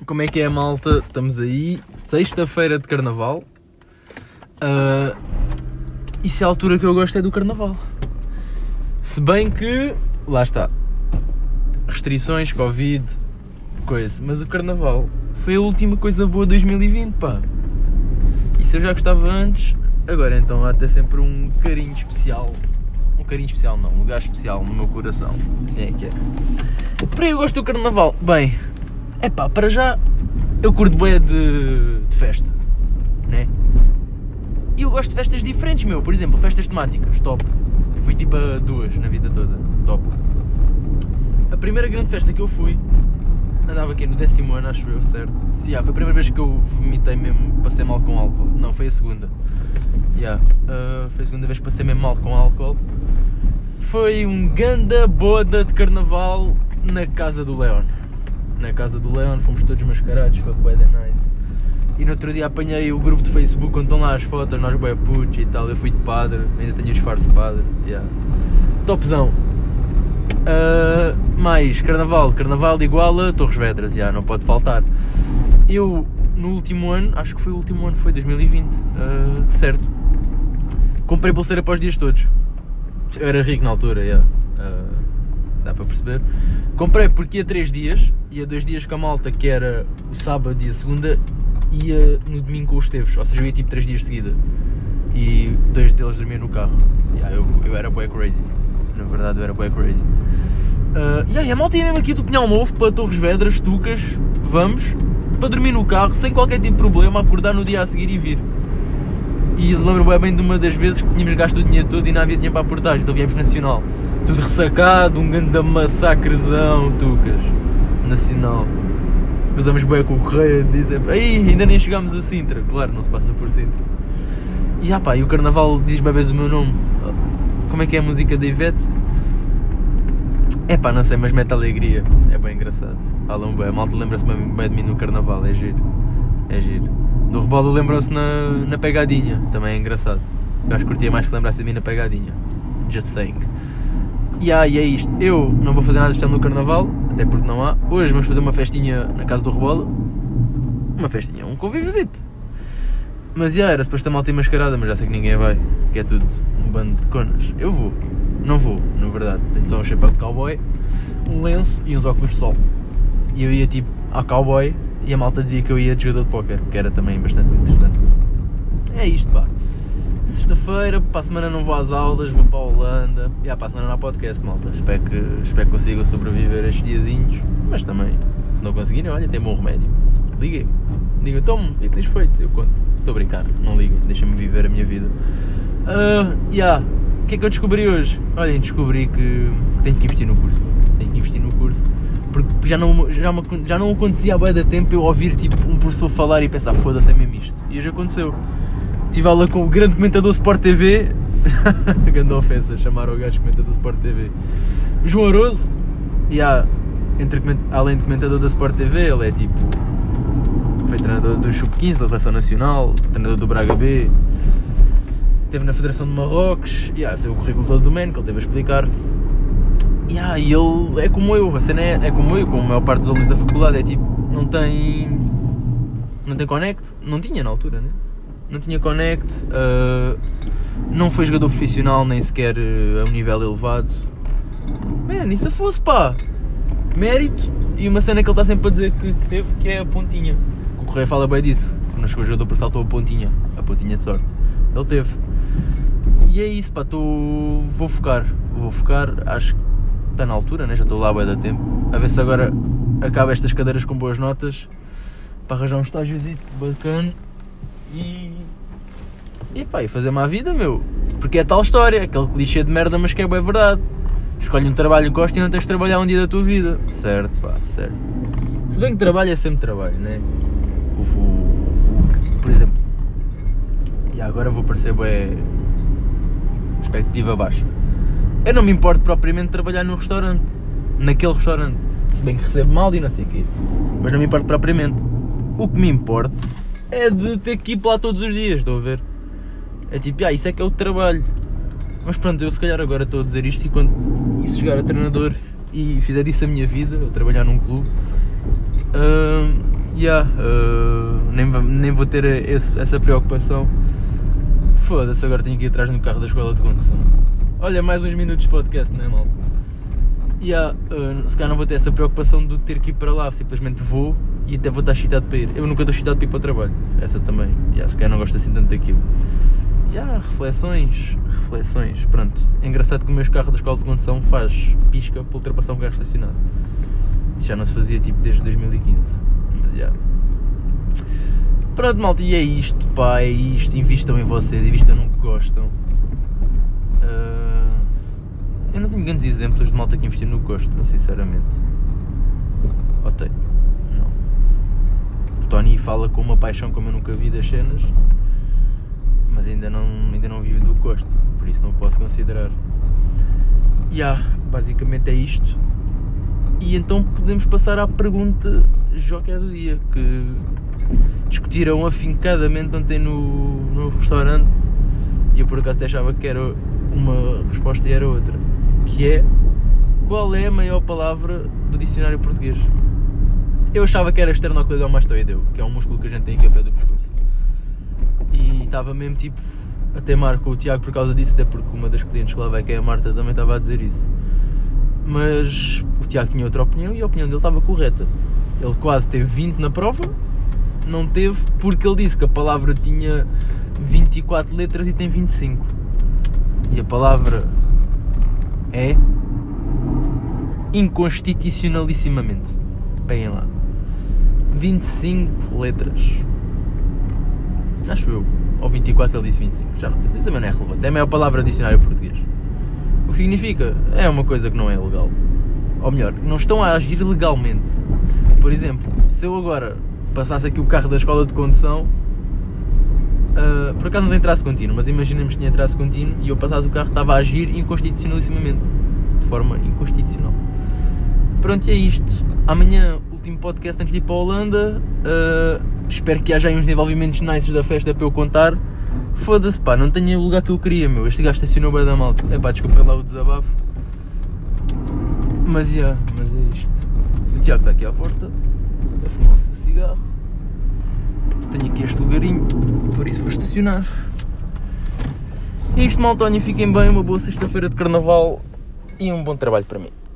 Como é que é, malta? Estamos aí, sexta-feira de Carnaval. E se a altura que eu gosto é do Carnaval. Se bem que, lá está, restrições, Covid, coisa. Mas o Carnaval foi a última coisa boa de 2020, pá. E se eu já gostava antes, agora então há até sempre um carinho especial. Um carinho especial não, um lugar especial no meu coração. Assim é que é. Para eu gosto do Carnaval, bem, é pá, para já eu curto bem de festa, né? E eu gosto de festas diferentes, meu. Por exemplo, festas temáticas, top. Eu fui tipo a duas na vida toda, top. A primeira grande festa que eu fui, andava aqui no 10º ano, acho eu, certo? Sim, foi a primeira vez que eu vomitei mesmo, passei mal com álcool. Não, foi a segunda. Foi a segunda vez que passei mesmo mal com álcool. Foi um ganda boda de Carnaval na casa do Leon. Na casa do Leon, fomos todos mascarados, foi bué da nice. E no outro dia apanhei o grupo de Facebook onde estão lá as fotos, nós bué putos e tal. Eu fui de padre, ainda tenho o disfarce de padre. Topzão. Mais Carnaval igual a Torres Vedras, não pode faltar. Eu, no último ano, acho que foi o último ano, foi 2020, certo, comprei pulseira para os dias todos. Eu era rico na altura, dá para perceber. Comprei porque ia 3 dias, ia 2 dias com a malta, que era o sábado e a segunda, ia no domingo com os Esteves, ou seja, eu ia tipo 3 dias de seguida. E 2 deles dormiam no carro. Eu era bué crazy, na verdade eu era bué crazy. E a malta ia mesmo aqui do Pinhal Novo para Torres Vedras, Tucas, vamos, para dormir no carro, sem qualquer tipo de problema, acordar no dia a seguir e vir. E lembro-me bem de uma das vezes que tínhamos gasto o dinheiro todo e não havia dinheiro para a portagem, então viemos Nacional. Tudo ressacado, um grande massacrezão, Tucas, Nacional. Usamos bem com o correio, dizem, ainda nem chegámos a Sintra, claro, não se passa por Sintra. E o Carnaval diz bem vezes o meu nome. Como é que é a música da Ivete? Não sei, mas mete alegria, é bem engraçado. Falam bem, a malta lembra-se bem de mim no Carnaval, é giro. Do Rebolo lembram-se na pegadinha, também é engraçado. Eu acho que curtia mais que lembrasse de mim na pegadinha. Just saying. E é isto. Eu não vou fazer nada especial no Carnaval, até porque não há. Hoje vamos fazer uma festinha na casa do Rebolo. Uma festinha, um convíviozito. Mas era suposto a malta mascarada, mas já sei que ninguém vai. Que é tudo um bando de conas. Eu vou. Não vou, na verdade. Tenho só um chapéu de cowboy, um lenço e uns óculos de sol. E eu ia tipo ao cowboy e a malta dizia que eu ia de jogador de póquer, que era também bastante interessante. É isto, pá. Sexta-feira, para a semana não vou às aulas, vou para a Holanda. Para a semana não há podcast, malta. Espero que consigam sobreviver a estes diazinhos. Mas também, se não conseguirem, olha, tem bom remédio. Liguem-me. Digam, tome, o que tens feito? Eu conto. Estou a brincar, não liguem, deixem-me viver a minha vida. O que é que eu descobri hoje? Olhem, descobri que tenho que investir no curso. Porque já não acontecia há bué de tempo eu ouvir tipo um professor falar e pensar, foda-se, é mesmo isto. E hoje aconteceu. Tive aula com o grande comentador Sport TV. Grande ofensa, chamar o gajo comentador Sport TV. João Aroso. Além de comentador da Sport TV, ele é tipo... Foi treinador do Sub-15 da Seleção Nacional, treinador do Braga B. Esteve na Federação de Marrocos. Sei o currículo todo do man, que ele teve a explicar. E ele é como eu, a cena é como eu, como a maior parte dos alunos da faculdade, é tipo, não tem connect, não tinha na altura, né? Não tinha connect, não foi jogador profissional, nem sequer a um nível elevado. Isso fosse pá, mérito, e uma cena que ele está sempre a dizer que teve, que é a pontinha. O Correia fala bem disso, que não chegou o jogador porque faltou a pontinha de sorte. Ele teve. E é isso, pá, vou focar, acho que está na altura, né? Já estou lá há bué de tempo. A ver se agora acaba estas cadeiras com boas notas para arranjar um estágiozito bacana e fazer-me a vida, meu. Porque é tal história, aquele clichê de merda, mas que é bem verdade. Escolhe um trabalho que gostas e não tens de trabalhar um dia da tua vida. Certo, pá, certo. Se bem que trabalho é sempre trabalho, né? Por exemplo, e agora vou parecer bem expectativa baixa. Eu não me importo propriamente de trabalhar no restaurante, naquele restaurante, se bem que recebo mal e não sei o quê, mas não me importo propriamente. O que me importa é de ter que ir para lá todos os dias, estão a ver? É tipo, isso é que é o trabalho. Mas pronto, eu se calhar agora estou a dizer isto e quando isso chegar a treinador e fizer disso a minha vida, eu trabalhar num clube, Nem vou ter essa preocupação. Foda-se, agora tenho que ir atrás no carro da escola de condução. Olha, mais uns minutos de podcast, não é, malta? Se calhar não vou ter essa preocupação de ter que ir para lá, simplesmente vou e até vou estar excitado para ir. Eu nunca estou excitado para ir para o trabalho, essa também. Se calhar não gosto assim tanto daquilo. Reflexões, pronto. É engraçado que o meu carro da escola de condução faz pisca para ultrapassar um carro estacionado. Isso já não se fazia tipo desde 2015. Mas pronto, malta, e é isto, pá, é isto. Invistam em vocês, invistam no que gostam. Eu não tenho grandes exemplos de malta que investiu no que gosta, sinceramente. Ou tenho? Não. O Tony fala com uma paixão como eu nunca vi das cenas, mas ainda não vive do que gosta, por isso não posso considerar. Basicamente é isto. E então podemos passar à pergunta joker do dia, que discutiram afincadamente ontem no restaurante, e eu por acaso até achava que era uma resposta e era outra, que é: qual é a maior palavra do dicionário português? Eu achava que era esternocleidomastoideu, que é um músculo que a gente tem aqui ao pé do pescoço. E estava mesmo tipo a teimar com o Tiago por causa disso, até porque uma das clientes que lá vai, que é a Marta, também estava a dizer isso. Mas o Tiago tinha outra opinião e a opinião dele estava correta. Ele quase teve 20 na prova, não teve, porque ele disse que a palavra tinha 24 letras e tem 25. E a palavra é inconstitucionalissimamente. Peguem lá. 25 letras. Acho eu. Ou 24, ele disse 25. Já não sei. Isso também não é relevante. É a maior palavra do dicionário português. O que significa? É uma coisa que não é legal. Ou melhor, não estão a agir legalmente. Por exemplo, se eu agora passasse aqui o carro da escola de condução, por acaso não tem traço contínuo, mas imaginemos que tinha traço contínuo e eu passasse o carro, estava a agir inconstitucionalissimamente. De forma inconstitucional. Pronto, e é isto. Amanhã, último podcast antes de ir para a Holanda. Espero que haja aí uns desenvolvimentos nice da festa para eu contar. Foda-se, pá, não tenho o lugar que eu queria, meu. Este gajo estacionou bem da malta. Desculpem lá o desabafo. Mas é isto. O Tiago está aqui à porta a fumar o seu cigarro. Tenho aqui este lugarinho, por isso vou estacionar. E isto, malta, fiquem bem, uma boa sexta-feira de carnaval e um bom trabalho para mim.